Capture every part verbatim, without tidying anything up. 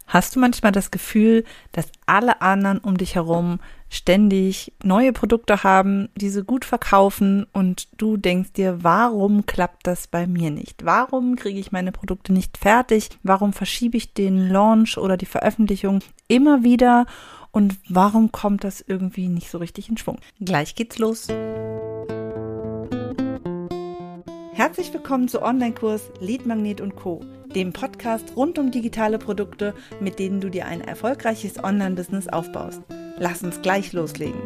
Hast du manchmal das Gefühl, dass alle anderen um dich herum ständig neue Produkte haben, die sie gut verkaufen und du denkst dir, warum klappt das bei mir nicht? Warum kriege ich meine Produkte nicht fertig? Warum verschiebe ich den Launch oder die Veröffentlichung immer wieder? Und warum kommt das irgendwie nicht so richtig in Schwung? Gleich geht's los. Herzlich willkommen zu Online-Kurs Lead Magnet und Co., dem Podcast rund um digitale Produkte, mit denen du dir ein erfolgreiches Online-Business aufbaust. Lass uns gleich loslegen.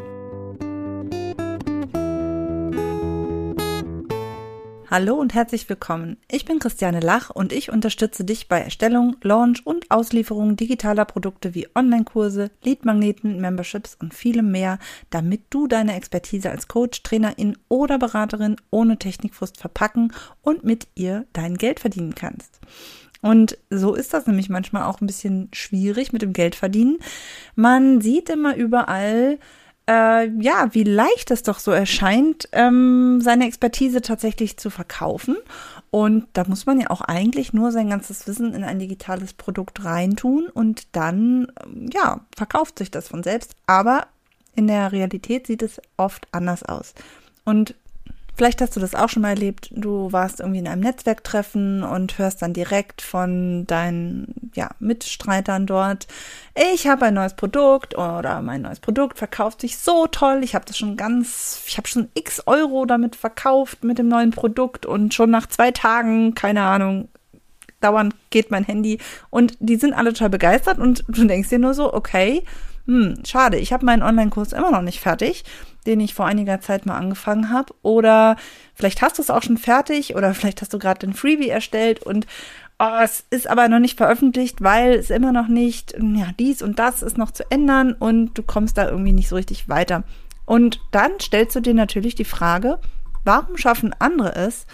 Hallo und herzlich willkommen. Ich bin Christiane Lach und ich unterstütze dich bei Erstellung, Launch und Auslieferung digitaler Produkte wie Online-Kurse, Lead-Magneten, Memberships und vielem mehr, damit du deine Expertise als Coach, Trainerin oder Beraterin ohne Technikfrust verpacken und mit ihr dein Geld verdienen kannst. Und so ist das nämlich manchmal auch ein bisschen schwierig mit dem Geldverdienen. Man sieht immer überall, Äh, ja, wie leicht es doch so erscheint, ähm, seine Expertise tatsächlich zu verkaufen. Und da muss man ja auch eigentlich nur sein ganzes Wissen in ein digitales Produkt reintun und dann, ja, verkauft sich das von selbst. Aber in der Realität sieht es oft anders aus. Und vielleicht hast du das auch schon mal erlebt. Du warst irgendwie in einem Netzwerktreffen und hörst dann direkt von deinen ja, Mitstreitern dort, ich habe ein neues Produkt oder mein neues Produkt verkauft sich so toll. Ich habe das schon ganz, ich habe schon x Euro damit verkauft mit dem neuen Produkt und schon nach zwei Tagen, keine Ahnung, dauernd geht mein Handy und die sind alle total begeistert und du denkst dir nur so, okay, hm, schade, ich habe meinen Online-Kurs immer noch nicht fertig, den ich vor einiger Zeit mal angefangen habe. Oder vielleicht hast du es auch schon fertig oder vielleicht hast du gerade den Freebie erstellt und oh, es ist aber noch nicht veröffentlicht, weil es immer noch nicht, ja, dies und das ist noch zu ändern und du kommst da irgendwie nicht so richtig weiter. Und dann stellst du dir natürlich die Frage, warum schaffen andere es,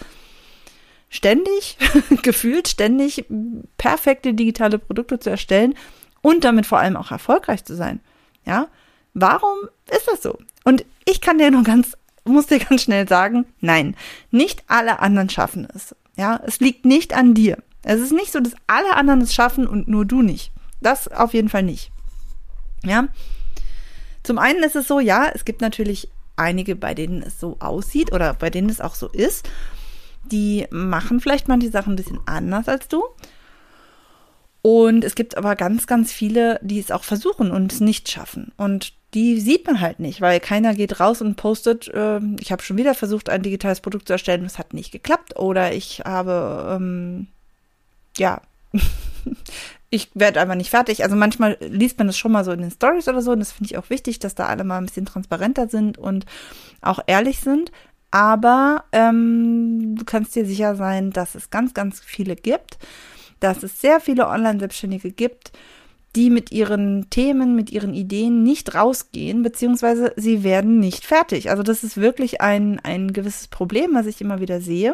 ständig, gefühlt ständig perfekte digitale Produkte zu erstellen und damit vor allem auch erfolgreich zu sein? Ja, warum ist das so? Und ich kann dir nur ganz, muss dir ganz schnell sagen, nein, nicht alle anderen schaffen es. Ja, es liegt nicht an dir. Es ist nicht so, dass alle anderen es schaffen und nur du nicht. Das auf jeden Fall nicht. Ja, zum einen ist es so, ja, es gibt natürlich einige, bei denen es so aussieht oder bei denen es auch so ist. Die machen vielleicht mal die Sachen ein bisschen anders als du. Und es gibt aber ganz, ganz viele, die es auch versuchen und es nicht schaffen. Und die sieht man halt nicht, weil keiner geht raus und postet, äh, ich habe schon wieder versucht, ein digitales Produkt zu erstellen, es hat nicht geklappt. Oder ich habe, ähm, ja, ich werde einfach nicht fertig. Also manchmal liest man das schon mal so in den Stories oder so. Und das finde ich auch wichtig, dass da alle mal ein bisschen transparenter sind und auch ehrlich sind. Aber ähm, du kannst dir sicher sein, dass es ganz, ganz viele gibt, dass es sehr viele Online-Selbstständige gibt, die mit ihren Themen, mit ihren Ideen nicht rausgehen, beziehungsweise sie werden nicht fertig. Also das ist wirklich ein, ein gewisses Problem, was ich immer wieder sehe.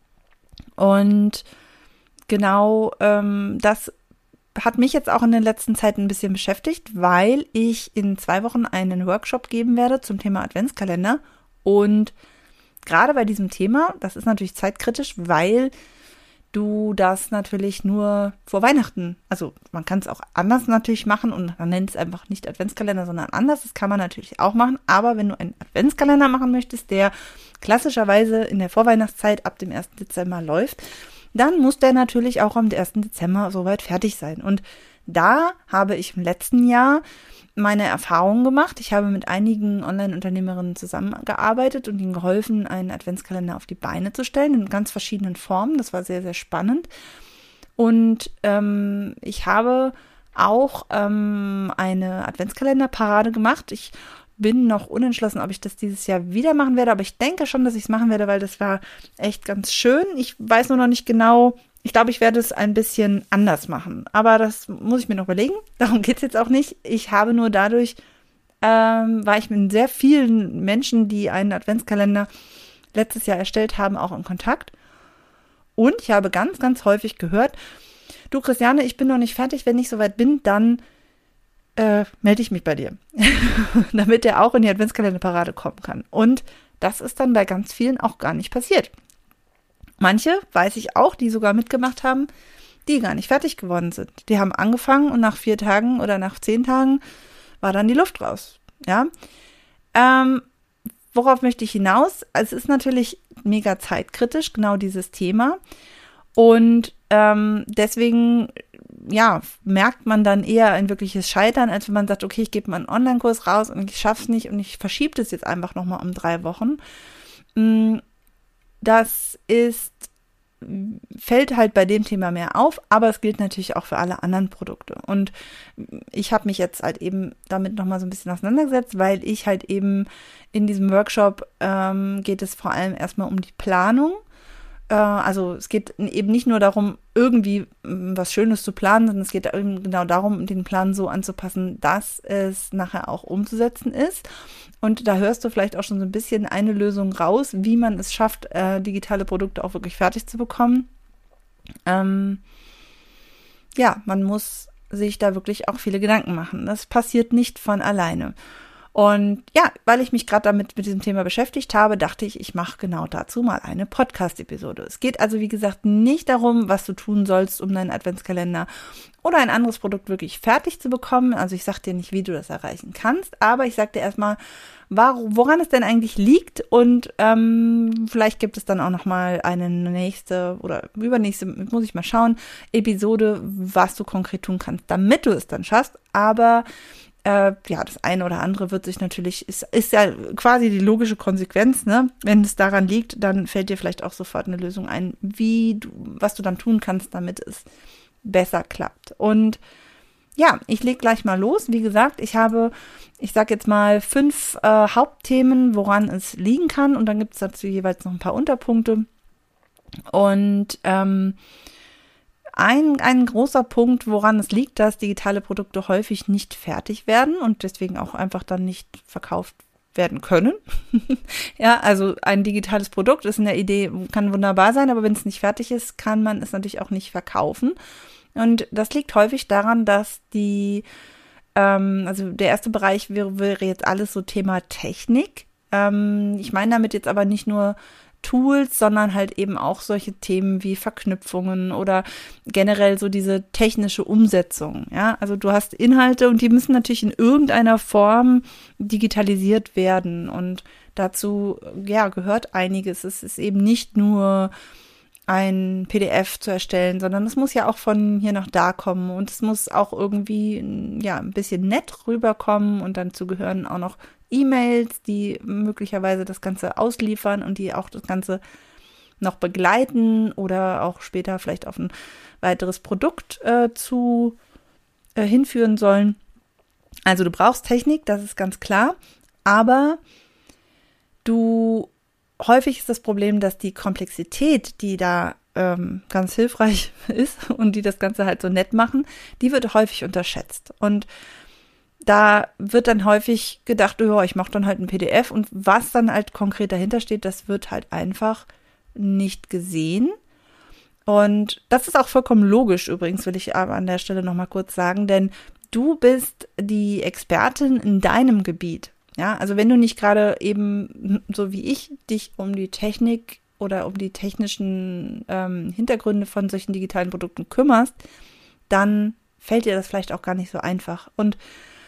Und genau ähm, das hat mich jetzt auch in den letzten Zeiten ein bisschen beschäftigt, weil ich in zwei Wochen einen Workshop geben werde zum Thema Adventskalender. Und gerade bei diesem Thema, das ist natürlich zeitkritisch, weil du das natürlich nur vor Weihnachten, also man kann es auch anders natürlich machen und man nennt es einfach nicht Adventskalender, sondern anders, das kann man natürlich auch machen, aber wenn du einen Adventskalender machen möchtest, der klassischerweise in der Vorweihnachtszeit ab dem ersten Dezember läuft, dann muss der natürlich auch am ersten Dezember soweit fertig sein. Und da habe ich im letzten Jahr meine Erfahrungen gemacht. Ich habe mit einigen Online-Unternehmerinnen zusammengearbeitet und ihnen geholfen, einen Adventskalender auf die Beine zu stellen, in ganz verschiedenen Formen. Das war sehr, sehr spannend. Und ähm, ich habe auch ähm, eine Adventskalenderparade gemacht. Ich bin noch unentschlossen, ob ich das dieses Jahr wieder machen werde, aber ich denke schon, dass ich es machen werde, weil das war echt ganz schön. Ich weiß nur noch nicht genau. Ich glaube, ich werde es ein bisschen anders machen, aber das muss ich mir noch überlegen. Darum geht es jetzt auch nicht. Ich habe nur dadurch, ähm, war ich mit sehr vielen Menschen, die einen Adventskalender letztes Jahr erstellt haben, auch in Kontakt. Und ich habe ganz, ganz häufig gehört, du Christiane, ich bin noch nicht fertig. Wenn ich soweit bin, dann äh, melde ich mich bei dir, damit der auch in die Adventskalenderparade kommen kann. Und das ist dann bei ganz vielen auch gar nicht passiert. Manche, weiß ich auch, die sogar mitgemacht haben, die gar nicht fertig geworden sind. Die haben angefangen und nach vier Tagen oder nach zehn Tagen war dann die Luft raus. Ja, ähm, worauf möchte ich hinaus? Es ist natürlich mega zeitkritisch, genau dieses Thema. Und ähm, deswegen, ja, merkt man dann eher ein wirkliches Scheitern, als wenn man sagt, okay, ich gebe mal einen Online-Kurs raus und ich schaffe es nicht und ich verschiebe das jetzt einfach nochmal um drei Wochen. Das ist, fällt halt bei dem Thema mehr auf, aber es gilt natürlich auch für alle anderen Produkte. Und ich habe mich jetzt halt eben damit nochmal so ein bisschen auseinandergesetzt, weil ich halt eben in diesem Workshop ähm, geht es vor allem erstmal um die Planung. Also es geht eben nicht nur darum, irgendwie was Schönes zu planen, sondern es geht eben genau darum, den Plan so anzupassen, dass es nachher auch umzusetzen ist. Und da hörst du vielleicht auch schon so ein bisschen eine Lösung raus, wie man es schafft, äh, digitale Produkte auch wirklich fertig zu bekommen. Ähm, ja, man muss sich da wirklich auch viele Gedanken machen. Das passiert nicht von alleine. Und ja, weil ich mich gerade damit mit diesem Thema beschäftigt habe, dachte ich, ich mache genau dazu mal eine Podcast-Episode. Es geht also, wie gesagt, nicht darum, was du tun sollst, um deinen Adventskalender oder ein anderes Produkt wirklich fertig zu bekommen. Also ich sage dir nicht, wie du das erreichen kannst, aber ich sage dir erstmal, woran es denn eigentlich liegt und ähm, vielleicht gibt es dann auch nochmal eine nächste oder übernächste, muss ich mal schauen, Episode, was du konkret tun kannst, damit du es dann schaffst, aber Äh, ja, das eine oder andere wird sich natürlich, ist, ist ja quasi die logische Konsequenz, ne? Wenn es daran liegt, dann fällt dir vielleicht auch sofort eine Lösung ein, wie du, was du dann tun kannst, damit es besser klappt. Und ja, ich leg gleich mal los. Wie gesagt, ich habe, ich sag jetzt mal fünf äh, Hauptthemen, woran es liegen kann und dann gibt es dazu jeweils noch ein paar Unterpunkte. Und ähm, Ein, ein großer Punkt, woran es liegt, dass digitale Produkte häufig nicht fertig werden und deswegen auch einfach dann nicht verkauft werden können. Ja, also ein digitales Produkt ist in der Idee, kann wunderbar sein, aber wenn es nicht fertig ist, kann man es natürlich auch nicht verkaufen. Und das liegt häufig daran, dass die, ähm, also der erste Bereich wäre, wäre jetzt alles so Thema Technik. Ähm, ich meine damit jetzt aber nicht nur Tools, sondern halt eben auch solche Themen wie Verknüpfungen oder generell so diese technische Umsetzung. Ja, also du hast Inhalte und die müssen natürlich in irgendeiner Form digitalisiert werden und dazu, ja, gehört einiges. Es ist eben nicht nur ein P D F zu erstellen, sondern es muss ja auch von hier nach da kommen und es muss auch irgendwie, ja, ein bisschen nett rüberkommen und dazu gehören auch noch E-Mails, die möglicherweise das Ganze ausliefern und die auch das Ganze noch begleiten oder auch später vielleicht auf ein weiteres Produkt äh, zu äh, hinführen sollen. Also du brauchst Technik, das ist ganz klar, aber du häufig ist das Problem, dass die Komplexität, die da ähm, ganz hilfreich ist und die das Ganze halt so nett machen, die wird häufig unterschätzt. Und da wird dann häufig gedacht, oh, ich mache dann halt ein P D F und was dann halt konkret dahinter steht, das wird halt einfach nicht gesehen. Und das ist auch vollkommen logisch übrigens, will ich aber an der Stelle nochmal kurz sagen, denn du bist die Expertin in deinem Gebiet. Ja, also wenn du nicht gerade eben, so wie ich, dich um die Technik oder um die technischen ähm, Hintergründe von solchen digitalen Produkten kümmerst, dann fällt dir das vielleicht auch gar nicht so einfach. Und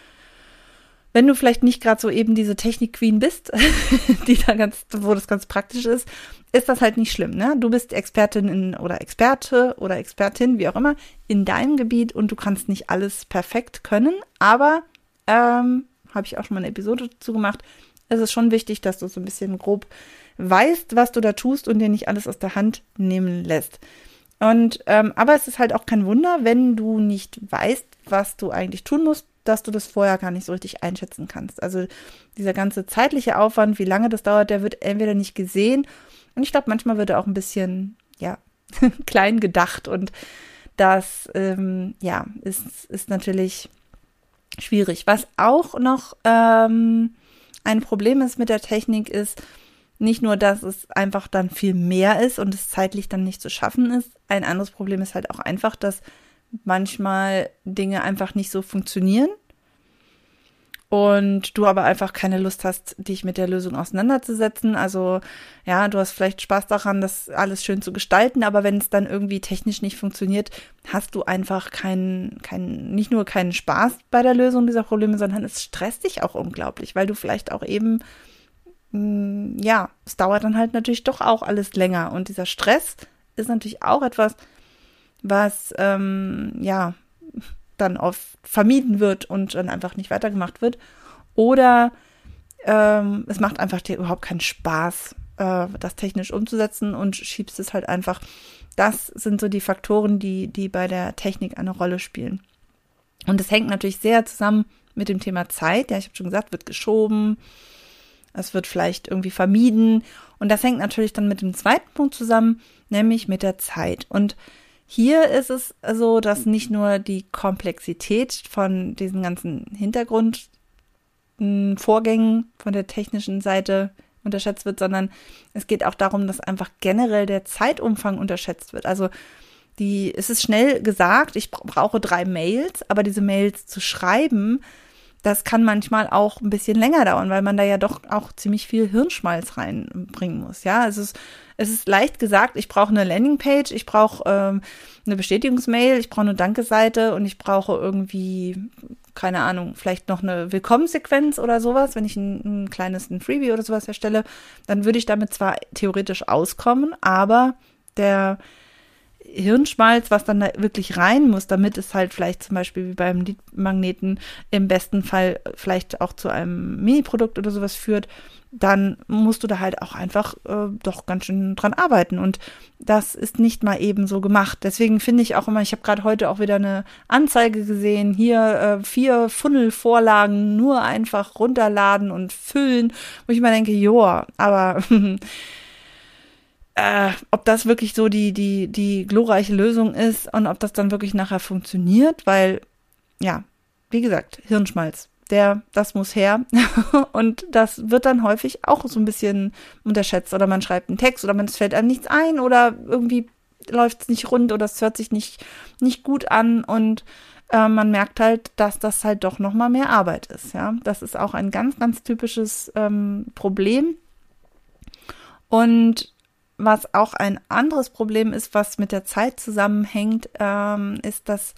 wenn du vielleicht nicht gerade so eben diese Technik-Queen bist, die da ganz, wo das ganz praktisch ist, ist das halt nicht schlimm, ne? Du bist Expertin in, oder Experte oder Expertin, wie auch immer, in deinem Gebiet und du kannst nicht alles perfekt können, aber ähm, habe ich auch schon mal eine Episode dazu gemacht, es ist schon wichtig, dass du so ein bisschen grob weißt, was du da tust und dir nicht alles aus der Hand nehmen lässt. Und ähm, aber es ist halt auch kein Wunder, wenn du nicht weißt, was du eigentlich tun musst, dass du das vorher gar nicht so richtig einschätzen kannst. Also dieser ganze zeitliche Aufwand, wie lange das dauert, der wird entweder nicht gesehen und ich glaube, manchmal wird er auch ein bisschen, ja, klein gedacht und das, ähm, ja, ist, ist natürlich schwierig. Was auch noch ähm, ein Problem ist mit der Technik ist, nicht nur, dass es einfach dann viel mehr ist und es zeitlich dann nicht zu schaffen ist. Ein anderes Problem ist halt auch einfach, dass manchmal Dinge einfach nicht so funktionieren. und du aber einfach keine Lust hast, dich mit der Lösung auseinanderzusetzen. Also ja, du hast vielleicht Spaß daran, das alles schön zu gestalten, aber wenn es dann irgendwie technisch nicht funktioniert, hast du einfach keinen, keinen, nicht nur keinen Spaß bei der Lösung dieser Probleme, sondern es stresst dich auch unglaublich, weil du vielleicht auch eben, mh, ja, es dauert dann halt natürlich doch auch alles länger. Und dieser Stress ist natürlich auch etwas, was, ähm, ja, dann oft vermieden wird und dann einfach nicht weitergemacht wird. Oder ähm, es macht einfach dir überhaupt keinen Spaß, äh, das technisch umzusetzen und schiebst es halt einfach. Das sind so die Faktoren, die, die bei der Technik eine Rolle spielen. Und es hängt natürlich sehr zusammen mit dem Thema Zeit. Ja, ich habe schon gesagt, wird geschoben, es wird vielleicht irgendwie vermieden. Und das hängt natürlich dann mit dem zweiten Punkt zusammen, nämlich mit der Zeit. Und hier ist es so, dass nicht nur die Komplexität von diesen ganzen Hintergrundvorgängen von der technischen Seite unterschätzt wird, sondern es geht auch darum, dass einfach generell der Zeitumfang unterschätzt wird. Also die, es ist schnell gesagt, ich brauche drei Mails, aber diese Mails zu schreiben, das kann manchmal auch ein bisschen länger dauern, weil man da ja doch auch ziemlich viel Hirnschmalz reinbringen muss. Ja, es ist, es ist leicht gesagt, ich brauche eine Landingpage, ich brauche ähm, eine Bestätigungsmail, ich brauche eine Danke-Seite und ich brauche irgendwie, keine Ahnung, vielleicht noch eine Willkommenssequenz oder sowas. Wenn ich ein, ein kleines ein Freebie oder sowas erstelle, dann würde ich damit zwar theoretisch auskommen, aber der Hirnschmalz, was dann da wirklich rein muss, damit es halt vielleicht zum Beispiel wie beim Leadmagneten im besten Fall vielleicht auch zu einem Mini-Produkt oder sowas führt, dann musst du da halt auch einfach äh, doch ganz schön dran arbeiten. Und das ist nicht mal eben so gemacht. Deswegen finde ich auch immer, ich habe gerade heute auch wieder eine Anzeige gesehen, hier äh, vier Funnel-Vorlagen nur einfach runterladen und füllen, wo ich immer denke, joa, aber Äh, ob das wirklich so die, die, die glorreiche Lösung ist und ob das dann wirklich nachher funktioniert, weil, ja, wie gesagt, Hirnschmalz, der, das muss her und das wird dann häufig auch so ein bisschen unterschätzt oder man schreibt einen Text oder man es fällt einem nichts ein oder irgendwie läuft es nicht rund oder es hört sich nicht, nicht gut an und äh, man merkt halt, dass das halt doch nochmal mehr Arbeit ist, ja. Das ist auch ein ganz, ganz typisches ähm, Problem und was auch ein anderes Problem ist, was mit der Zeit zusammenhängt, ähm, ist, dass,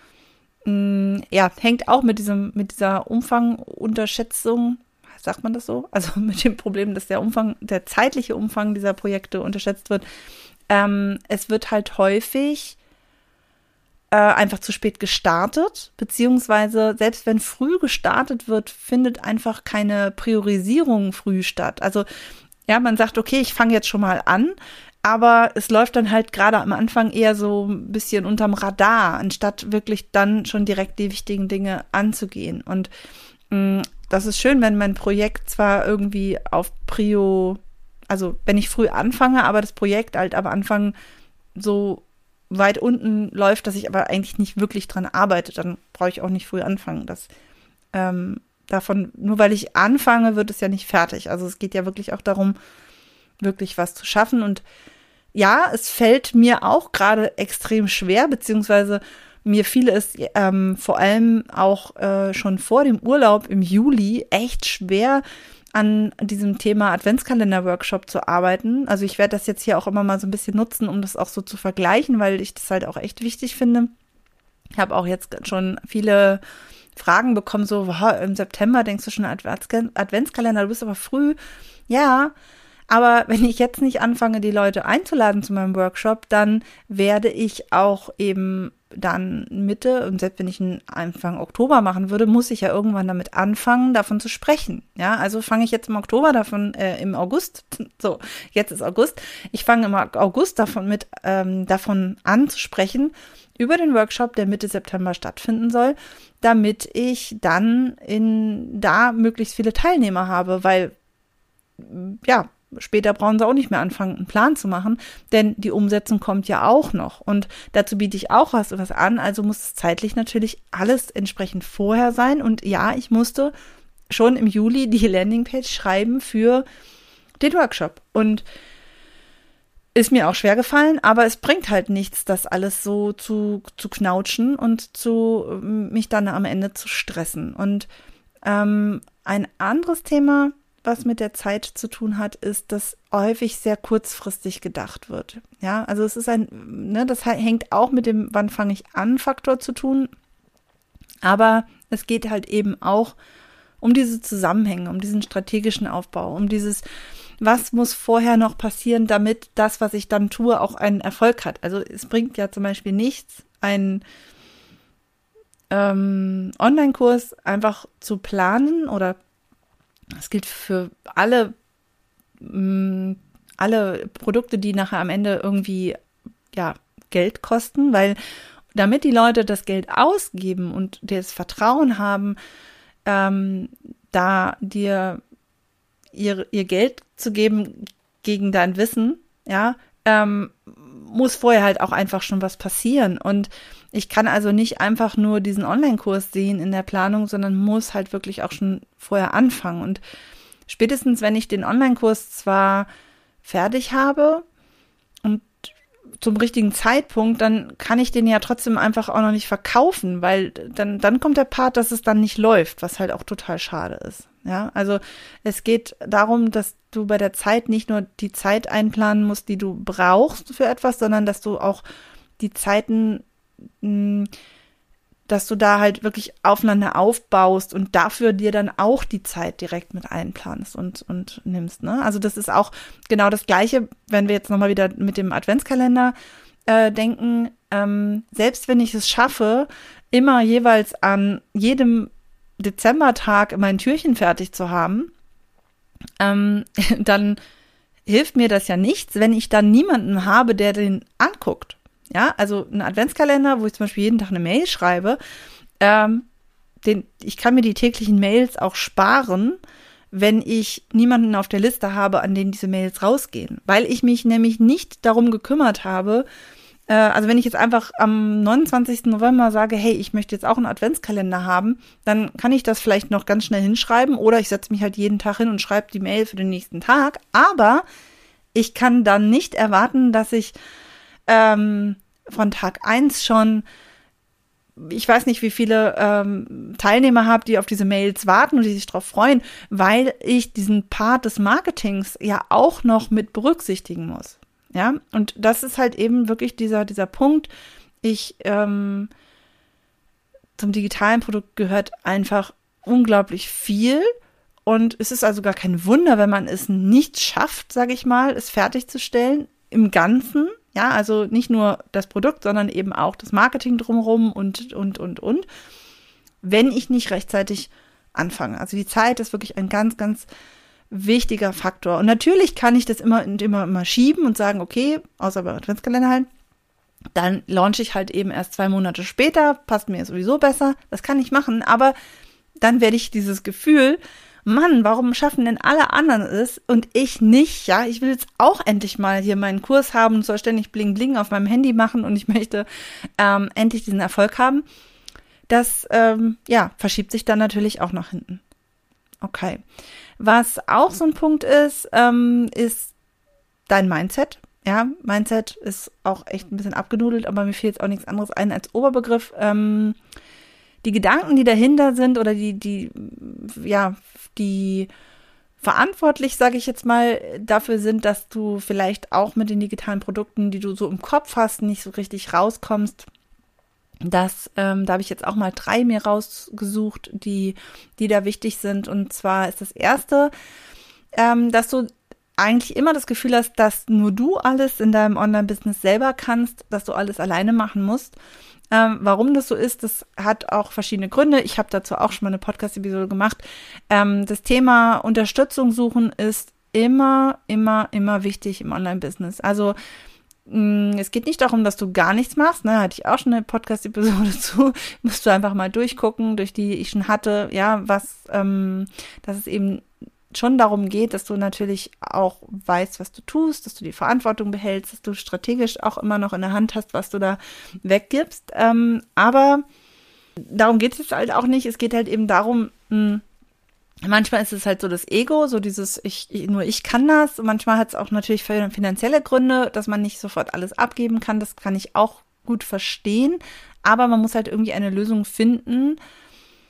mh, ja, hängt auch mit diesem, mit dieser Umfangunterschätzung, sagt man das so? Also mit dem Problem, dass der Umfang, der zeitliche Umfang dieser Projekte unterschätzt wird. Ähm, es wird halt häufig äh, einfach zu spät gestartet, beziehungsweise selbst wenn früh gestartet wird, findet einfach keine Priorisierung früh statt. Also ja, man sagt, okay, ich fange jetzt schon mal an, aber es läuft dann halt gerade am Anfang eher so ein bisschen unterm Radar, anstatt wirklich dann schon direkt die wichtigen Dinge anzugehen. Und mh, das ist schön, wenn mein Projekt zwar irgendwie auf Prio, also wenn ich früh anfange, aber das Projekt halt am Anfang so weit unten läuft, dass ich aber eigentlich nicht wirklich dran arbeite, dann brauche ich auch nicht früh anfangen. Das ähm, Davon, nur weil ich anfange, wird es ja nicht fertig. Also es geht ja wirklich auch darum, wirklich was zu schaffen. Und ja, es fällt mir auch gerade extrem schwer, beziehungsweise mir fiel es ähm, vor allem auch äh, schon vor dem Urlaub im Juli echt schwer, an diesem Thema Adventskalender-Workshop zu arbeiten. Also ich werde das jetzt hier auch immer mal so ein bisschen nutzen, um das auch so zu vergleichen, weil ich das halt auch echt wichtig finde. Ich habe auch jetzt schon viele Fragen bekommen, so, wow, im September denkst du schon Adventskalender, du bist aber früh. Ja, aber wenn ich jetzt nicht anfange, die Leute einzuladen zu meinem Workshop, dann werde ich auch eben dann Mitte, und selbst wenn ich einen Anfang Oktober machen würde, muss ich ja irgendwann damit anfangen, davon zu sprechen. Ja, also fange ich jetzt im Oktober davon, äh, im August, so, jetzt ist August, ich fange im August davon mit, ähm, davon an zu sprechen, über den Workshop, der Mitte September stattfinden soll, damit ich dann in da möglichst viele Teilnehmer habe, weil, ja, später brauchen sie auch nicht mehr anfangen, einen Plan zu machen, denn die Umsetzung kommt ja auch noch und dazu biete ich auch was, was an, also muss es zeitlich natürlich alles entsprechend vorher sein und ja, ich musste schon im Juli die Landingpage schreiben für den Workshop und ist mir auch schwer gefallen, aber es bringt halt nichts, das alles so zu, zu knautschen und zu mich dann am Ende zu stressen. Und Ähm, ein anderes Thema, was mit der Zeit zu tun hat, ist, dass häufig sehr kurzfristig gedacht wird. Ja, also es ist ein, ne, das hängt auch mit dem wann fange ich an Faktor zu tun, aber es geht halt eben auch um diese Zusammenhänge, um diesen strategischen Aufbau, um dieses, was muss vorher noch passieren, damit das, was ich dann tue, auch einen Erfolg hat. Also es bringt ja zum Beispiel nichts, einen ähm, Online-Kurs einfach zu planen, oder das gilt für alle, mh, alle Produkte, die nachher am Ende irgendwie ja Geld kosten, weil damit die Leute das Geld ausgeben und dir das Vertrauen haben, ähm, da dir ihr, ihr Geld zu geben gegen dein Wissen, ja, ähm, muss vorher halt auch einfach schon was passieren. Und ich kann also nicht einfach nur diesen Online-Kurs sehen in der Planung, sondern muss halt wirklich auch schon vorher anfangen. Und spätestens, wenn ich den Online-Kurs zwar fertig habe und zum richtigen Zeitpunkt, dann kann ich den ja trotzdem einfach auch noch nicht verkaufen, weil dann, dann kommt der Part, dass es dann nicht läuft, was halt auch total schade ist. Ja, also es geht darum, dass du bei der Zeit nicht nur die Zeit einplanen musst, die du brauchst für etwas, sondern dass du auch die Zeiten, mh, dass du da halt wirklich aufeinander aufbaust und dafür dir dann auch die Zeit direkt mit einplanst und, und nimmst, ne? Also das ist auch genau das Gleiche, wenn wir jetzt nochmal wieder mit dem Adventskalender äh, denken, ähm, selbst wenn ich es schaffe, immer jeweils an jedem Dezembertag mein Türchen fertig zu haben, ähm, dann hilft mir das ja nichts, wenn ich dann niemanden habe, der den anguckt. Ja, also ein Adventskalender, wo ich zum Beispiel jeden Tag eine Mail schreibe, ähm, den, ich kann mir die täglichen Mails auch sparen, wenn ich niemanden auf der Liste habe, an den diese Mails rausgehen. Weil ich mich nämlich nicht darum gekümmert habe, äh, also wenn ich jetzt einfach am neunundzwanzigsten November sage, hey, ich möchte jetzt auch einen Adventskalender haben, dann kann ich das vielleicht noch ganz schnell hinschreiben oder ich setze mich halt jeden Tag hin und schreibe die Mail für den nächsten Tag. Aber ich kann dann nicht erwarten, dass ich ähm, von Tag eins schon, ich weiß nicht, wie viele ähm, Teilnehmer habe, die auf diese Mails warten und die sich darauf freuen, weil ich diesen Part des Marketings ja auch noch mit berücksichtigen muss. Ja, und das ist halt eben wirklich dieser, dieser Punkt. Ich, ähm, zum digitalen Produkt gehört einfach unglaublich viel. Und es ist also gar kein Wunder, wenn man es nicht schafft, sage ich mal, es fertigzustellen im Ganzen. Ja, also nicht nur das Produkt, sondern eben auch das Marketing drumherum und, und, und, und. Wenn ich nicht rechtzeitig anfange. Also die Zeit ist wirklich ein ganz, ganz wichtiger Faktor. Und natürlich kann ich das immer und immer, immer schieben und sagen, okay, außer beim Adventskalender halt, dann launche ich halt eben erst zwei Monate später, passt mir sowieso besser. Das kann ich machen, aber dann werde ich dieses Gefühl, Mann, warum schaffen denn alle anderen es und ich nicht? Ja, ich will jetzt auch endlich mal hier meinen Kurs haben und soll ständig bling bling auf meinem Handy machen und ich möchte ähm, endlich diesen Erfolg haben. Das, ähm, ja, verschiebt sich dann natürlich auch nach hinten. Okay. Was auch so ein Punkt ist, ähm, ist dein Mindset. Ja, Mindset ist auch echt ein bisschen abgenudelt, aber mir fehlt jetzt auch nichts anderes ein als Oberbegriff. Ähm, die Gedanken, die dahinter sind oder die, die, ja, die verantwortlich, sage ich jetzt mal, dafür sind, dass du vielleicht auch mit den digitalen Produkten, die du so im Kopf hast, nicht so richtig rauskommst. Das, ähm, da habe ich jetzt auch mal drei mir rausgesucht, die, die da wichtig sind. Und zwar ist das erste, ähm, dass du eigentlich immer das Gefühl hast, dass nur du alles in deinem Online-Business selber kannst, dass du alles alleine machen musst. Ähm, warum das so ist, das hat auch verschiedene Gründe. Ich habe dazu auch schon mal eine Podcast-Episode gemacht. Ähm, das Thema Unterstützung suchen ist immer, immer, immer wichtig im Online-Business. Also mh, es geht nicht darum, dass du gar nichts machst. Ne? Hatte ich auch schon eine Podcast-Episode zu. Musst du einfach mal durchgucken, durch die ich schon hatte, ja, was, ähm, dass es eben schon darum geht, dass du natürlich auch weißt, was du tust, dass du die Verantwortung behältst, dass du strategisch auch immer noch in der Hand hast, was du da weggibst. Ähm, aber darum geht es jetzt halt auch nicht. Es geht halt eben darum, mh, manchmal ist es halt so das Ego, so dieses, ich, ich nur ich kann das. Und manchmal hat es auch natürlich finanzielle Gründe, dass man nicht sofort alles abgeben kann. Das kann ich auch gut verstehen. Aber man muss halt irgendwie eine Lösung finden,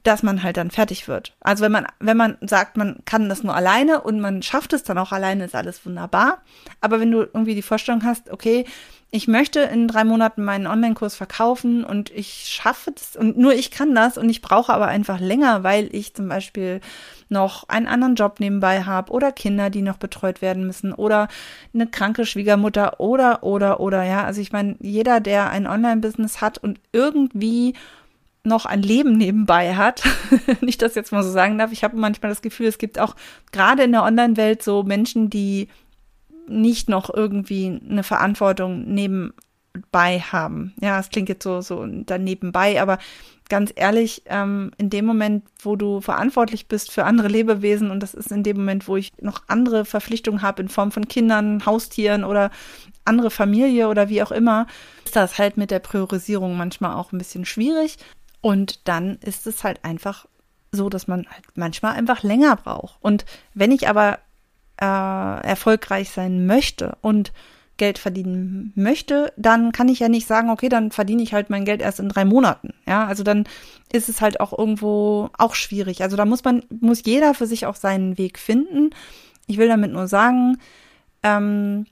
dass man halt dann fertig wird. Also wenn man, wenn man sagt, man kann das nur alleine und man schafft es dann auch alleine, ist alles wunderbar. Aber wenn du irgendwie die Vorstellung hast, okay, ich möchte in drei Monaten meinen Online-Kurs verkaufen und ich schaffe das und nur ich kann das und ich brauche aber einfach länger, weil ich zum Beispiel noch einen anderen Job nebenbei habe oder Kinder, die noch betreut werden müssen oder eine kranke Schwiegermutter oder, oder, oder, ja. Also ich meine, jeder, der ein Online-Business hat und irgendwie noch ein Leben nebenbei hat, nicht, dass ich jetzt mal so sagen darf, ich habe manchmal das Gefühl, es gibt auch gerade in der Online-Welt so Menschen, die nicht noch irgendwie eine Verantwortung nebenbei haben. Ja, es klingt jetzt so, so dann nebenbei, aber ganz ehrlich, ähm, in dem Moment, wo du verantwortlich bist für andere Lebewesen und das ist in dem Moment, wo ich noch andere Verpflichtungen habe in Form von Kindern, Haustieren oder andere Familie oder wie auch immer, ist das halt mit der Priorisierung manchmal auch ein bisschen schwierig. Und dann ist es halt einfach so, dass man halt manchmal einfach länger braucht. Und wenn ich aber äh, erfolgreich sein möchte und Geld verdienen möchte, dann kann ich ja nicht sagen, okay, dann verdiene ich halt mein Geld erst in drei Monaten. Ja, also dann ist es halt auch irgendwo auch schwierig. Also da muss man, muss jeder für sich auch seinen Weg finden. Ich will damit nur sagen, ähm,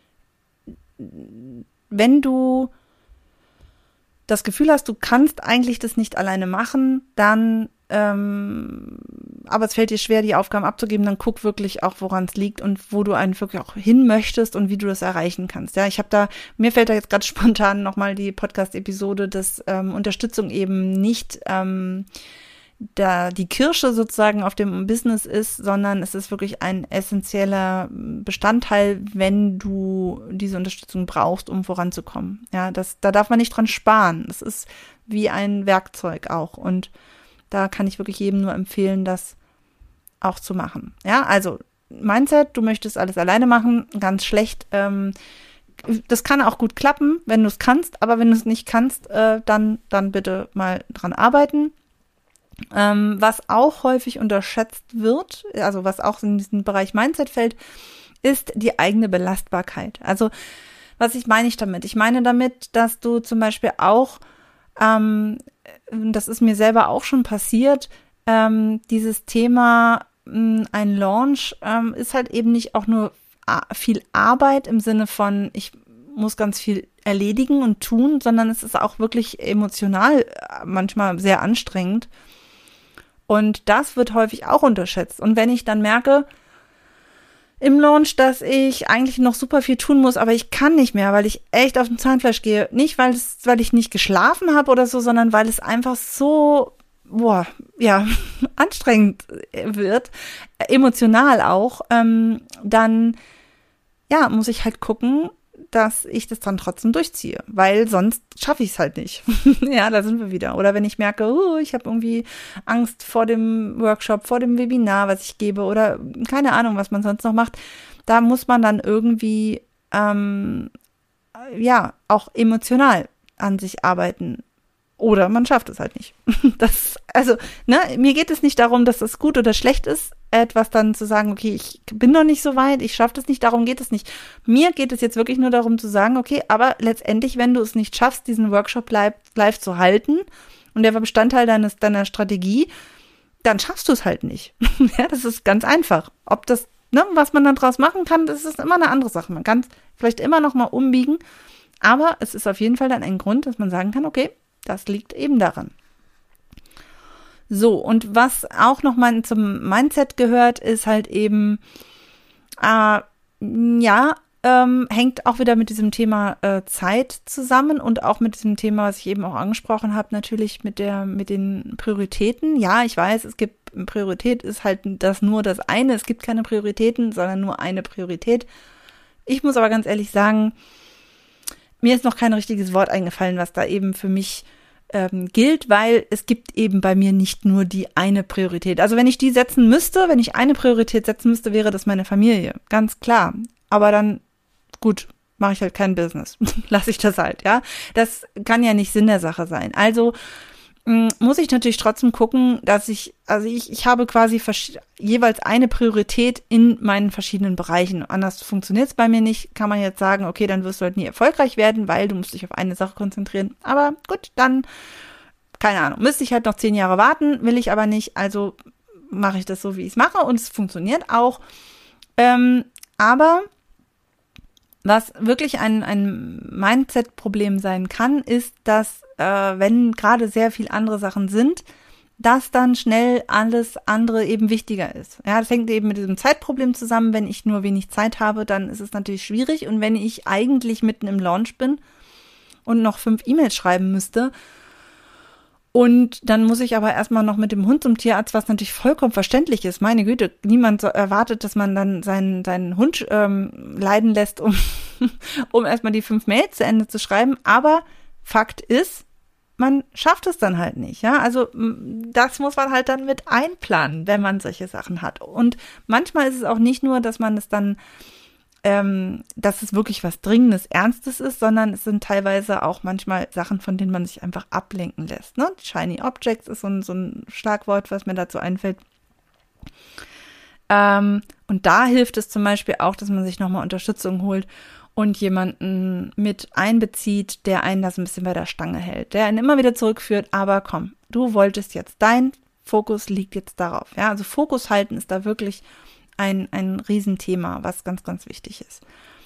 wenn du das Gefühl hast, du kannst eigentlich das nicht alleine machen, dann, ähm, aber es fällt dir schwer, die Aufgaben abzugeben, dann guck wirklich auch, woran es liegt und wo du einen wirklich auch hin möchtest und wie du das erreichen kannst. Ja, ich habe da, mir fällt da jetzt gerade spontan nochmal die Podcast-Episode, dass ähm, Unterstützung eben nicht ähm, da die Kirsche sozusagen auf dem Business ist, sondern es ist wirklich ein essentieller Bestandteil, wenn du diese Unterstützung brauchst, um voranzukommen. Ja, das, da darf man nicht dran sparen. Es ist wie ein Werkzeug auch und da kann ich wirklich jedem nur empfehlen, das auch zu machen. Ja, also Mindset, du möchtest alles alleine machen, ganz schlecht. Ähm, das kann auch gut klappen, wenn du es kannst, aber wenn du es nicht kannst, äh, dann, dann bitte mal dran arbeiten. Ähm, was auch häufig unterschätzt wird, also was auch in diesen Bereich Mindset fällt, ist die eigene Belastbarkeit. Also was ich meine ich damit? Ich meine damit, dass du zum Beispiel auch, ähm, das ist mir selber auch schon passiert, ähm, dieses Thema, mh, ein Launch ähm, ist halt eben nicht auch nur a- viel Arbeit im Sinne von, ich muss ganz viel erledigen und tun, sondern es ist auch wirklich emotional manchmal sehr anstrengend. Und das wird häufig auch unterschätzt. Und wenn ich dann merke im Launch, dass ich eigentlich noch super viel tun muss, aber ich kann nicht mehr, weil ich echt auf dem Zahnfleisch gehe. Nicht, weil es, weil ich nicht geschlafen habe oder so, sondern weil es einfach so, boah, ja, anstrengend wird, emotional auch, ähm, dann, ja, muss ich halt gucken, dass ich das dann trotzdem durchziehe, weil sonst schaffe ich es halt nicht. Ja, da sind wir wieder. Oder wenn ich merke, oh, ich habe irgendwie Angst vor dem Workshop, vor dem Webinar, was ich gebe oder keine Ahnung, was man sonst noch macht, da muss man dann irgendwie ähm, ja auch emotional an sich arbeiten. Oder man schafft es halt nicht. Das, also, ne, mir geht es nicht darum, dass es gut oder schlecht ist, etwas dann zu sagen, okay, ich bin noch nicht so weit, ich schaffe das nicht, darum geht es nicht. Mir geht es jetzt wirklich nur darum zu sagen, okay, aber letztendlich, wenn du es nicht schaffst, diesen Workshop live, live zu halten und der war Bestandteil deines, deiner Strategie, dann schaffst du es halt nicht. Ja, das ist ganz einfach. Ob das, ne, was man dann draus machen kann, das ist immer eine andere Sache. Man kann es vielleicht immer noch mal umbiegen, aber es ist auf jeden Fall dann ein Grund, dass man sagen kann, okay, das liegt eben daran. So, und was auch nochmal zum Mindset gehört, ist halt eben, äh, ja, ähm, hängt auch wieder mit diesem Thema äh, Zeit zusammen und auch mit diesem Thema, was ich eben auch angesprochen habe, natürlich mit der, mit den Prioritäten. Ja, ich weiß, es gibt, Priorität ist halt das nur das eine, es gibt keine Prioritäten, sondern nur eine Priorität. Ich muss aber ganz ehrlich sagen, mir ist noch kein richtiges Wort eingefallen, was da eben für mich ähm, gilt, weil es gibt eben bei mir nicht nur die eine Priorität. Also wenn ich die setzen müsste, wenn ich eine Priorität setzen müsste, wäre das meine Familie. Ganz klar. Aber dann, gut, mache ich halt kein Business. Lasse ich das halt, ja. Das kann ja nicht Sinn der Sache sein. Also mh, muss ich natürlich trotzdem gucken, dass ich, also ich, ich habe quasi vers- jeweils eine Priorität in meinen verschiedenen Bereichen. Anders funktioniert es bei mir nicht. Kann man jetzt sagen, okay, dann wirst du halt nie erfolgreich werden, weil du musst dich auf eine Sache konzentrieren. Aber gut, dann keine Ahnung, müsste ich halt noch zehn Jahre warten, will ich aber nicht, also mache ich das so, wie ich es mache und es funktioniert auch. Ähm, aber was wirklich ein, ein Mindset-Problem sein kann, ist, dass äh, wenn gerade sehr viel andere Sachen sind, dass dann schnell alles andere eben wichtiger ist. Ja, das hängt eben mit diesem Zeitproblem zusammen. Wenn ich nur wenig Zeit habe, dann ist es natürlich schwierig. Und wenn ich eigentlich mitten im Launch bin und noch fünf E-Mails schreiben müsste und dann muss ich aber erstmal noch mit dem Hund zum Tierarzt, was natürlich vollkommen verständlich ist. Meine Güte, niemand so erwartet, dass man dann seinen, seinen Hund ähm, leiden lässt, um, um erstmal die fünf Mails zu Ende zu schreiben. Aber Fakt ist, man schafft es dann halt nicht, ja. Also das muss man halt dann mit einplanen, wenn man solche Sachen hat. Und manchmal ist es auch nicht nur, dass man es dann Ähm, dass es wirklich was Dringendes, Ernstes ist, sondern es sind teilweise auch manchmal Sachen, von denen man sich einfach ablenken lässt. Ne? Shiny Objects ist so ein, so ein Schlagwort, was mir dazu einfällt. Ähm, und da hilft es zum Beispiel auch, dass man sich nochmal Unterstützung holt und jemanden mit einbezieht, der einen das ein bisschen bei der Stange hält, der einen immer wieder zurückführt, aber komm, du wolltest jetzt, dein Fokus liegt jetzt darauf. Ja? Also Fokus halten ist da wirklich Ein, ein Riesenthema, was ganz, ganz wichtig ist.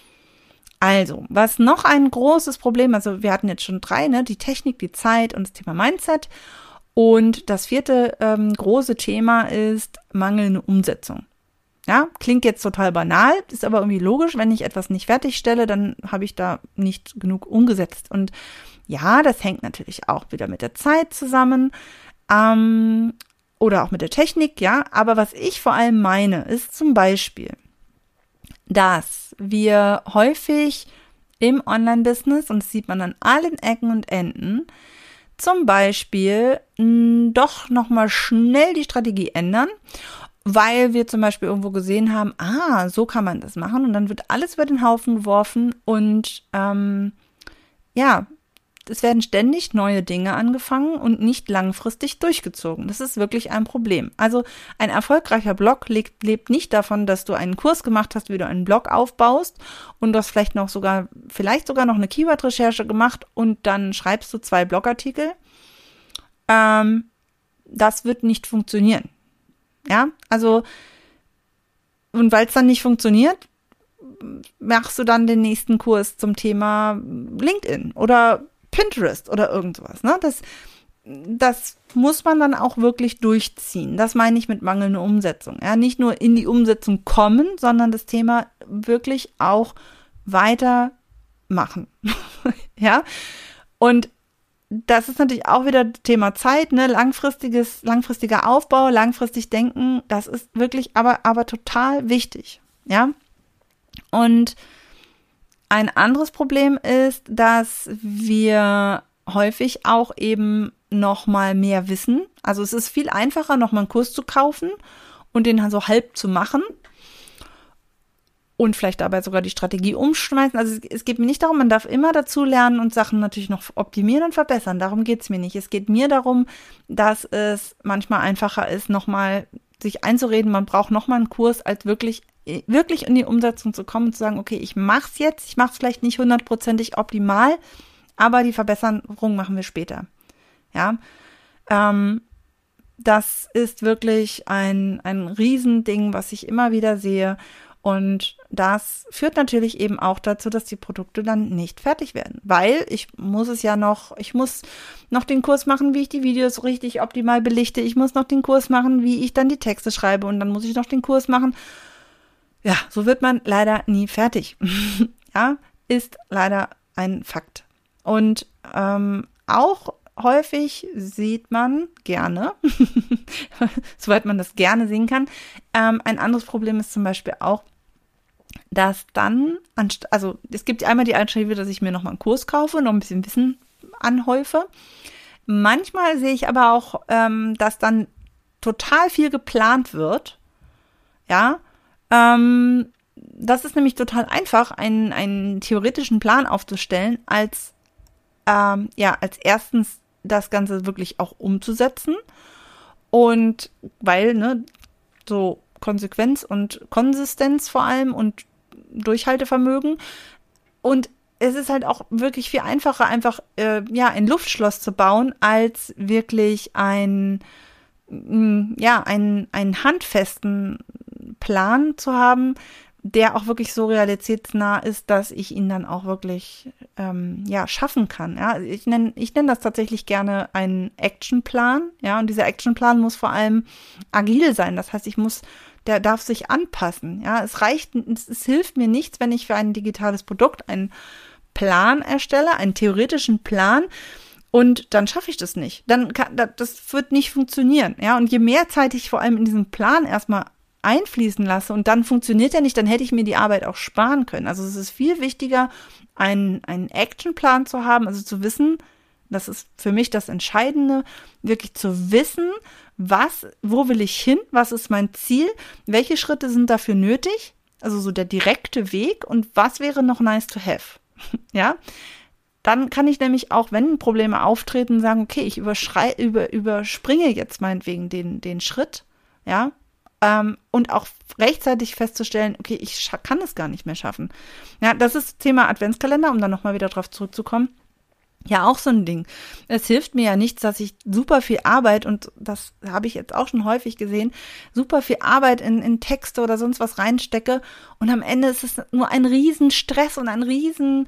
Also, was noch ein großes Problem, also wir hatten jetzt schon drei, ne, die Technik, die Zeit und das Thema Mindset. Und das vierte ähm, große Thema ist mangelnde Umsetzung. Ja, klingt jetzt total banal, ist aber irgendwie logisch. Wenn ich etwas nicht fertigstelle, dann habe ich da nicht genug umgesetzt. Und ja, das hängt natürlich auch wieder mit der Zeit zusammen. Ähm, Oder auch mit der Technik, ja. Aber was ich vor allem meine, ist zum Beispiel, dass wir häufig im Online-Business, und das sieht man an allen Ecken und Enden, zum Beispiel mh, doch nochmal schnell die Strategie ändern, weil wir zum Beispiel irgendwo gesehen haben, ah, so kann man das machen. Und dann wird alles über den Haufen geworfen und ähm, ja, es werden ständig neue Dinge angefangen und nicht langfristig durchgezogen. Das ist wirklich ein Problem. Also ein erfolgreicher Blog lebt, lebt nicht davon, dass du einen Kurs gemacht hast, wie du einen Blog aufbaust und du hast vielleicht noch sogar, vielleicht sogar noch eine Keyword-Recherche gemacht und dann schreibst du zwei Blogartikel. Ähm, das wird nicht funktionieren. Ja, also und weil es dann nicht funktioniert, machst du dann den nächsten Kurs zum Thema LinkedIn oder Pinterest oder irgendwas, ne? Das, das muss man dann auch wirklich durchziehen. Das meine ich mit mangelnder Umsetzung. Ja, nicht nur in die Umsetzung kommen, sondern das Thema wirklich auch weitermachen. Ja, und das ist natürlich auch wieder Thema Zeit, ne? Langfristiges, langfristiger Aufbau, langfristig denken, das ist wirklich aber, aber total wichtig. Ja, und ein anderes Problem ist, dass wir häufig auch eben noch mal mehr wissen. Also es ist viel einfacher, noch mal einen Kurs zu kaufen und den so halb zu machen und vielleicht dabei sogar die Strategie umschmeißen. Also es, es geht mir nicht darum, man darf immer dazu lernen und Sachen natürlich noch optimieren und verbessern. Darum geht es mir nicht. Es geht mir darum, dass es manchmal einfacher ist, noch mal sich einzureden, man braucht noch mal einen Kurs, als wirklich wirklich in die Umsetzung zu kommen und zu sagen, okay, ich mach's jetzt, ich mach's vielleicht nicht hundertprozentig optimal, aber die Verbesserung machen wir später. Ja, ähm, das ist wirklich ein, ein Riesending, was ich immer wieder sehe und das führt natürlich eben auch dazu, dass die Produkte dann nicht fertig werden, weil ich muss es ja noch, ich muss noch den Kurs machen, wie ich die Videos richtig optimal belichte, ich muss noch den Kurs machen, wie ich dann die Texte schreibe und dann muss ich noch den Kurs machen. Ja, so wird man leider nie fertig. Ja, ist leider ein Fakt. Und ähm, auch häufig sieht man gerne, soweit man das gerne sehen kann, ähm, ein anderes Problem ist zum Beispiel auch, dass dann, anst- also es gibt einmal die Alternative, dass ich mir nochmal einen Kurs kaufe, noch ein bisschen Wissen anhäufe. Manchmal sehe ich aber auch, ähm, dass dann total viel geplant wird, ja, Ähm, das ist nämlich total einfach, einen, einen theoretischen Plan aufzustellen, als, ähm, ja, als erstens das Ganze wirklich auch umzusetzen. Und weil, ne, so Konsequenz und Konsistenz vor allem und Durchhaltevermögen. Und es ist halt auch wirklich viel einfacher, einfach äh, ja ein Luftschloss zu bauen, als wirklich ein mh, ja einen einen handfesten Plan zu haben, der auch wirklich so realitätsnah ist, dass ich ihn dann auch wirklich ähm, ja schaffen kann. Ja, ich nenne ich nenne das tatsächlich gerne einen Actionplan. Ja, und dieser Actionplan muss vor allem agil sein. Das heißt, ich muss der darf sich anpassen. Ja, es reicht, es, es hilft mir nichts, wenn ich für ein digitales Produkt einen Plan erstelle, einen theoretischen Plan, und dann schaffe ich das nicht. Dann kann, das wird nicht funktionieren. Ja, und je mehr Zeit ich vor allem in diesen Plan erstmal einfließen lasse und dann funktioniert er nicht, dann hätte ich mir die Arbeit auch sparen können. Also es ist viel wichtiger, einen, einen Actionplan zu haben, also zu wissen, das ist für mich das Entscheidende, wirklich zu wissen, was, wo will ich hin, was ist mein Ziel, welche Schritte sind dafür nötig, also so der direkte Weg, und was wäre noch nice to have. Ja, dann kann ich nämlich auch, wenn Probleme auftreten, sagen, okay, ich überschrei, über, überspringe jetzt meinetwegen den, den Schritt, ja, ähm, und auch rechtzeitig festzustellen, okay, ich scha- kann es gar nicht mehr schaffen. Ja, das ist Thema Adventskalender, um dann nochmal wieder drauf zurückzukommen. Ja, auch so ein Ding. Es hilft mir ja nichts, dass ich super viel Arbeit, und das habe ich jetzt auch schon häufig gesehen, super viel Arbeit in, in Texte oder sonst was reinstecke, und am Ende ist es nur ein riesen Stress und ein riesen,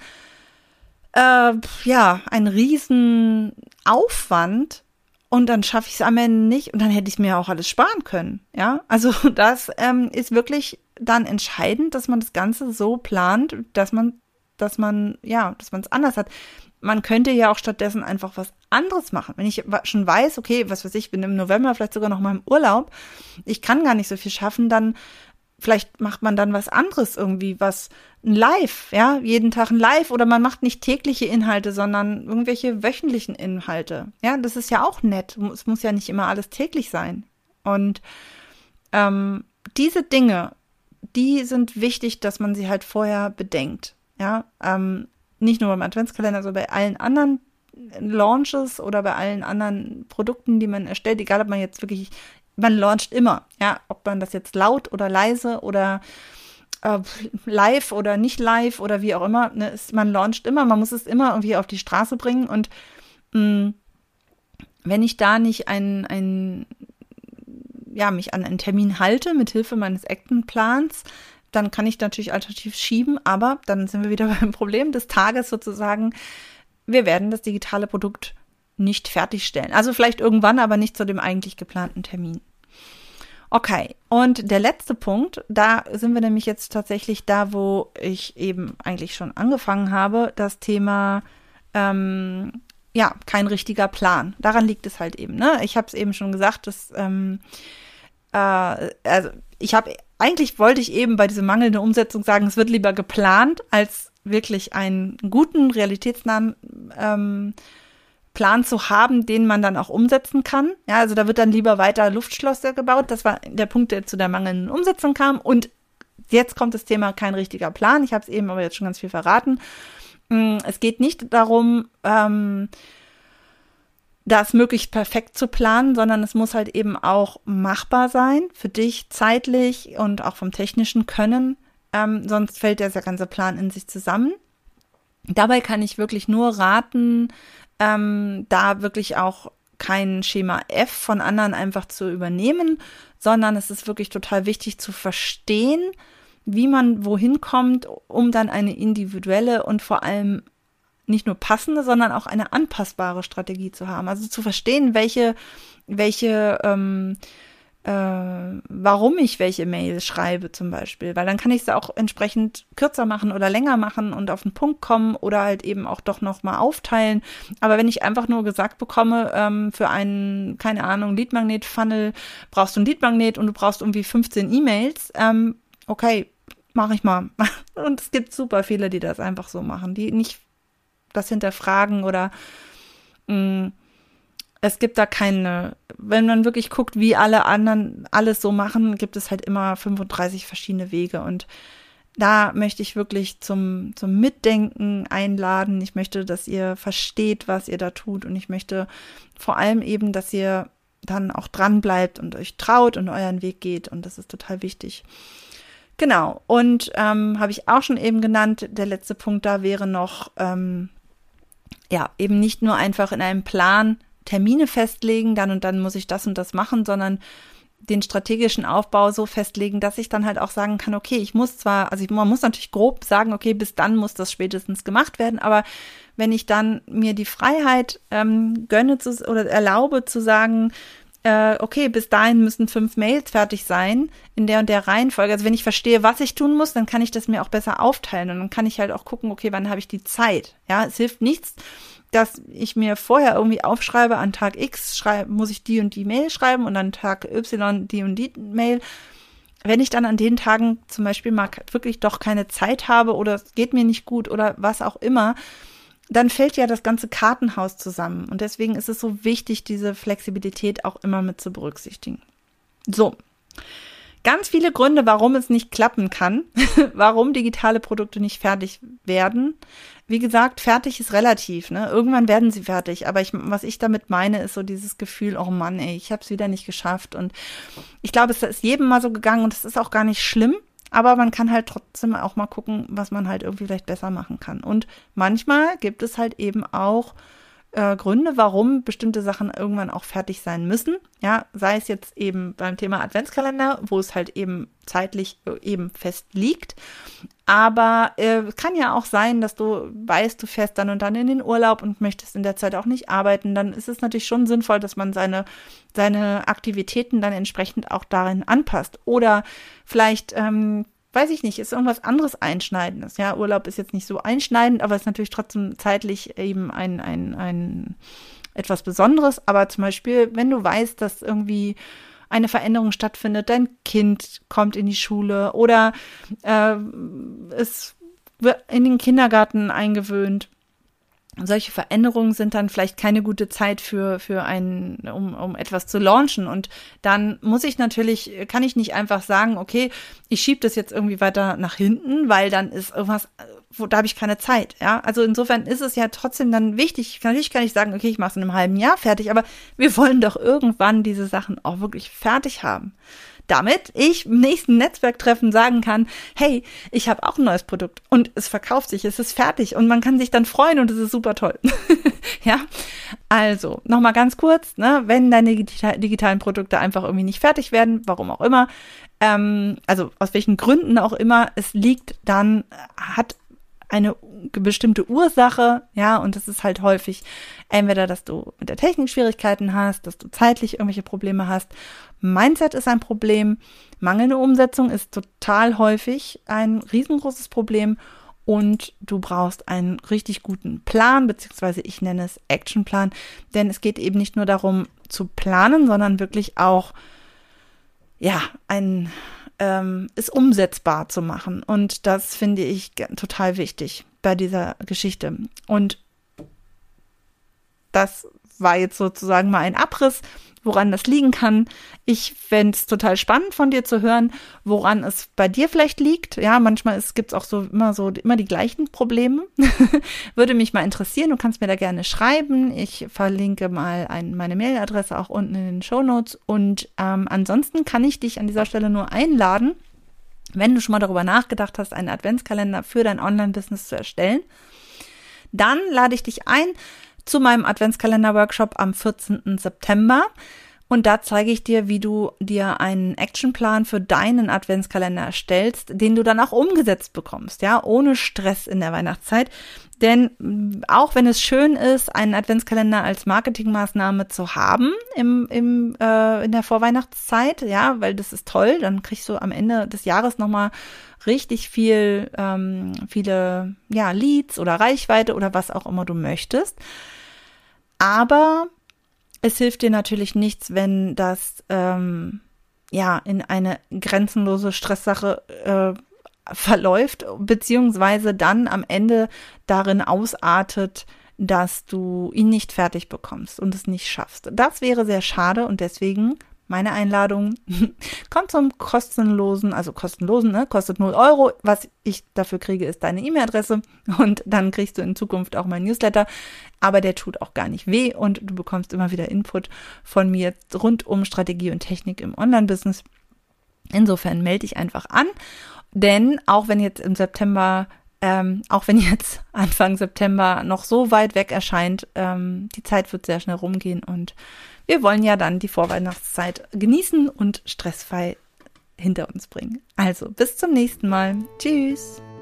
äh, ja, ein riesen Aufwand, und dann schaffe ich es am Ende nicht, und dann hätte ich mir auch alles sparen können. Ja, also das ähm, ist wirklich dann entscheidend, dass man das Ganze so plant, dass man, dass man, ja, dass man es anders hat. Man könnte ja auch stattdessen einfach was anderes machen. Wenn ich schon weiß, okay, was weiß ich, bin im November vielleicht sogar noch mal im Urlaub, ich kann gar nicht so viel schaffen, dann vielleicht macht man dann was anderes irgendwie, was ein Live, ja, jeden Tag ein Live, oder man macht nicht tägliche Inhalte, sondern irgendwelche wöchentlichen Inhalte. Ja, das ist ja auch nett. Es muss ja nicht immer alles täglich sein. Und ähm, diese Dinge, die sind wichtig, dass man sie halt vorher bedenkt. Ja, ähm, nicht nur beim Adventskalender, sondern bei allen anderen Launches oder bei allen anderen Produkten, die man erstellt, egal ob man jetzt wirklich, man launcht immer, ja, ob man das jetzt laut oder leise oder äh, live oder nicht live oder wie auch immer, ne, ist, man launcht immer, man muss es immer irgendwie auf die Straße bringen, und mh, wenn ich da nicht ein, ein, ja, mich an einen Termin halte, mit Hilfe meines Actionplans, dann kann ich natürlich alternativ schieben, aber dann sind wir wieder beim Problem des Tages sozusagen. Wir werden das digitale Produkt nicht fertigstellen. Also vielleicht irgendwann, aber nicht zu dem eigentlich geplanten Termin. Okay, und der letzte Punkt, da sind wir nämlich jetzt tatsächlich da, wo ich eben eigentlich schon angefangen habe, das Thema, ähm, ja, kein richtiger Plan. Daran liegt es halt eben, ne? Ich habe es eben schon gesagt, dass, ähm, äh, also ich habe Eigentlich wollte ich eben bei dieser mangelnden Umsetzung sagen, es wird lieber geplant, als wirklich einen guten, realitätsnahen ähm, Plan zu haben, den man dann auch umsetzen kann. Ja, also da wird dann lieber weiter Luftschlösser gebaut. Das war der Punkt, der zu der mangelnden Umsetzung kam. Und jetzt kommt das Thema kein richtiger Plan. Ich habe es eben aber jetzt schon ganz viel verraten. Es geht nicht darum, ähm, das möglichst perfekt zu planen, sondern es muss halt eben auch machbar sein, für dich zeitlich und auch vom technischen Können, ähm, sonst fällt der ganze Plan in sich zusammen. Dabei kann ich wirklich nur raten, ähm, da wirklich auch kein Schema F von anderen einfach zu übernehmen, sondern es ist wirklich total wichtig zu verstehen, wie man wohin kommt, um dann eine individuelle und vor allem nicht nur passende, sondern auch eine anpassbare Strategie zu haben. Also zu verstehen, welche, welche, ähm, äh, warum ich welche Mails schreibe zum Beispiel, weil dann kann ich es auch entsprechend kürzer machen oder länger machen und auf den Punkt kommen oder halt eben auch doch nochmal aufteilen. Aber wenn ich einfach nur gesagt bekomme, ähm, für einen, keine Ahnung, Leadmagnet-Funnel brauchst du ein Leadmagnet und du brauchst irgendwie fünfzehn E-Mails, ähm, okay, mache ich mal. Und es gibt super viele, die das einfach so machen, die nicht das hinterfragen oder mh, es gibt da keine, wenn man wirklich guckt, wie alle anderen alles so machen, gibt es halt immer fünfunddreißig verschiedene Wege, und da möchte ich wirklich zum, zum Mitdenken einladen. Ich möchte, dass ihr versteht, was ihr da tut, und ich möchte vor allem eben, dass ihr dann auch dran bleibt und euch traut und euren Weg geht, und das ist total wichtig. Genau, und ähm, habe ich auch schon eben genannt, der letzte Punkt da wäre noch, ähm, ja, eben nicht nur einfach in einem Plan Termine festlegen, dann und dann muss ich das und das machen, sondern den strategischen Aufbau so festlegen, dass ich dann halt auch sagen kann, okay, ich muss zwar, also ich, man muss natürlich grob sagen, okay, bis dann muss das spätestens gemacht werden, aber wenn ich dann mir die Freiheit ähm, gönne zu, oder erlaube zu sagen, äh, okay, bis dahin müssen fünf Mails fertig sein, in der und der Reihenfolge. Also wenn ich verstehe, was ich tun muss, dann kann ich das mir auch besser aufteilen und dann kann ich halt auch gucken, okay, wann habe ich die Zeit? Ja, es hilft nichts, dass ich mir vorher irgendwie aufschreibe, an Tag X schreibe, muss ich die und die Mail schreiben und an Tag Y die und die Mail. Wenn ich dann an den Tagen zum Beispiel mal wirklich doch keine Zeit habe oder es geht mir nicht gut oder was auch immer, dann fällt ja das ganze Kartenhaus zusammen. Und deswegen ist es so wichtig, diese Flexibilität auch immer mit zu berücksichtigen. So, ganz viele Gründe, warum es nicht klappen kann, warum digitale Produkte nicht fertig werden. Wie gesagt, fertig ist relativ, ne? Irgendwann werden sie fertig. Aber ich, was ich damit meine, ist so dieses Gefühl, oh Mann, ey, ich habe es wieder nicht geschafft. Und ich glaube, es ist jedem mal so gegangen und es ist auch gar nicht schlimm. Aber man kann halt trotzdem auch mal gucken, was man halt irgendwie vielleicht besser machen kann. Und manchmal gibt es halt eben auch äh, Gründe, warum bestimmte Sachen irgendwann auch fertig sein müssen. Ja, sei es jetzt eben beim Thema Adventskalender, wo es halt eben zeitlich äh, eben fest liegt. Aber äh, es kann ja auch sein, dass du weißt, du fährst dann und dann in den Urlaub und möchtest in der Zeit auch nicht arbeiten. Dann ist es natürlich schon sinnvoll, dass man seine, seine Aktivitäten dann entsprechend auch darin anpasst. Oder vielleicht, ähm, weiß ich nicht, ist irgendwas anderes Einschneidendes. Ja, Urlaub ist jetzt nicht so einschneidend, aber ist natürlich trotzdem zeitlich eben ein, ein, ein etwas Besonderes. Aber zum Beispiel, wenn du weißt, dass irgendwie eine Veränderung stattfindet, dein Kind kommt in die Schule oder äh, es wird in den Kindergarten eingewöhnt. Solche Veränderungen sind dann vielleicht keine gute Zeit für für einen, um um etwas zu launchen. Und dann muss ich natürlich, kann ich nicht einfach sagen, okay, ich schiebe das jetzt irgendwie weiter nach hinten, weil dann ist irgendwas, wo da habe ich keine Zeit. Ja, also insofern ist es ja trotzdem dann wichtig. Natürlich kann ich sagen, okay, ich mache es in einem halben Jahr fertig, aber wir wollen doch irgendwann diese Sachen auch wirklich fertig haben. Damit ich im nächsten Netzwerktreffen sagen kann, hey, ich habe auch ein neues Produkt und es verkauft sich, es ist fertig und man kann sich dann freuen und es ist super toll. Ja, also nochmal ganz kurz, ne, wenn deine digital, digitalen Produkte einfach irgendwie nicht fertig werden, warum auch immer, ähm, also aus welchen Gründen auch immer, es liegt dann, hat eine bestimmte Ursache, ja, und das ist halt häufig entweder, dass du mit der Technik Schwierigkeiten hast, dass du zeitlich irgendwelche Probleme hast. Mindset ist ein Problem, mangelnde Umsetzung ist total häufig ein riesengroßes Problem und du brauchst einen richtig guten Plan, beziehungsweise ich nenne es Actionplan, denn es geht eben nicht nur darum zu planen, sondern wirklich auch, ja, ein Ähm, ist umsetzbar zu machen. Und das finde ich total wichtig bei dieser Geschichte. Und das war jetzt sozusagen mal ein Abriss, woran das liegen kann. Ich fände es total spannend von dir zu hören, woran es bei dir vielleicht liegt. Ja, manchmal gibt es auch so immer so immer die gleichen Probleme. Würde mich mal interessieren. Du kannst mir da gerne schreiben. Ich verlinke mal ein, meine Mailadresse auch unten in den Shownotes. Und ähm, ansonsten kann ich dich an dieser Stelle nur einladen, wenn du schon mal darüber nachgedacht hast, einen Adventskalender für dein Online-Business zu erstellen, dann lade ich dich ein zu meinem Adventskalender-Workshop am vierzehnten September. Und da zeige ich dir, wie du dir einen Actionplan für deinen Adventskalender erstellst, den du dann auch umgesetzt bekommst, ja, ohne Stress in der Weihnachtszeit. Denn auch wenn es schön ist, einen Adventskalender als Marketingmaßnahme zu haben im, im, äh, in der Vorweihnachtszeit, ja, weil das ist toll, dann kriegst du am Ende des Jahres nochmal richtig viel, ähm, viele, ja, Leads oder Reichweite oder was auch immer du möchtest. Aber es hilft dir natürlich nichts, wenn das ähm, ja in eine grenzenlose Stresssache äh, verläuft, beziehungsweise dann am Ende darin ausartet, dass du ihn nicht fertig bekommst und es nicht schaffst. Das wäre sehr schade und deswegen meine Einladung, komm zum kostenlosen, also kostenlosen, ne, kostet null Euro. Was ich dafür kriege, ist deine E-Mail-Adresse und dann kriegst du in Zukunft auch mein Newsletter. Aber der tut auch gar nicht weh und du bekommst immer wieder Input von mir rund um Strategie und Technik im Online-Business. Insofern melde dich einfach an. Denn auch wenn jetzt im September, ähm, auch wenn jetzt Anfang September noch so weit weg erscheint, ähm, die Zeit wird sehr schnell rumgehen und wir wollen ja dann die Vorweihnachtszeit genießen und stressfrei hinter uns bringen. Also bis zum nächsten Mal. Tschüss.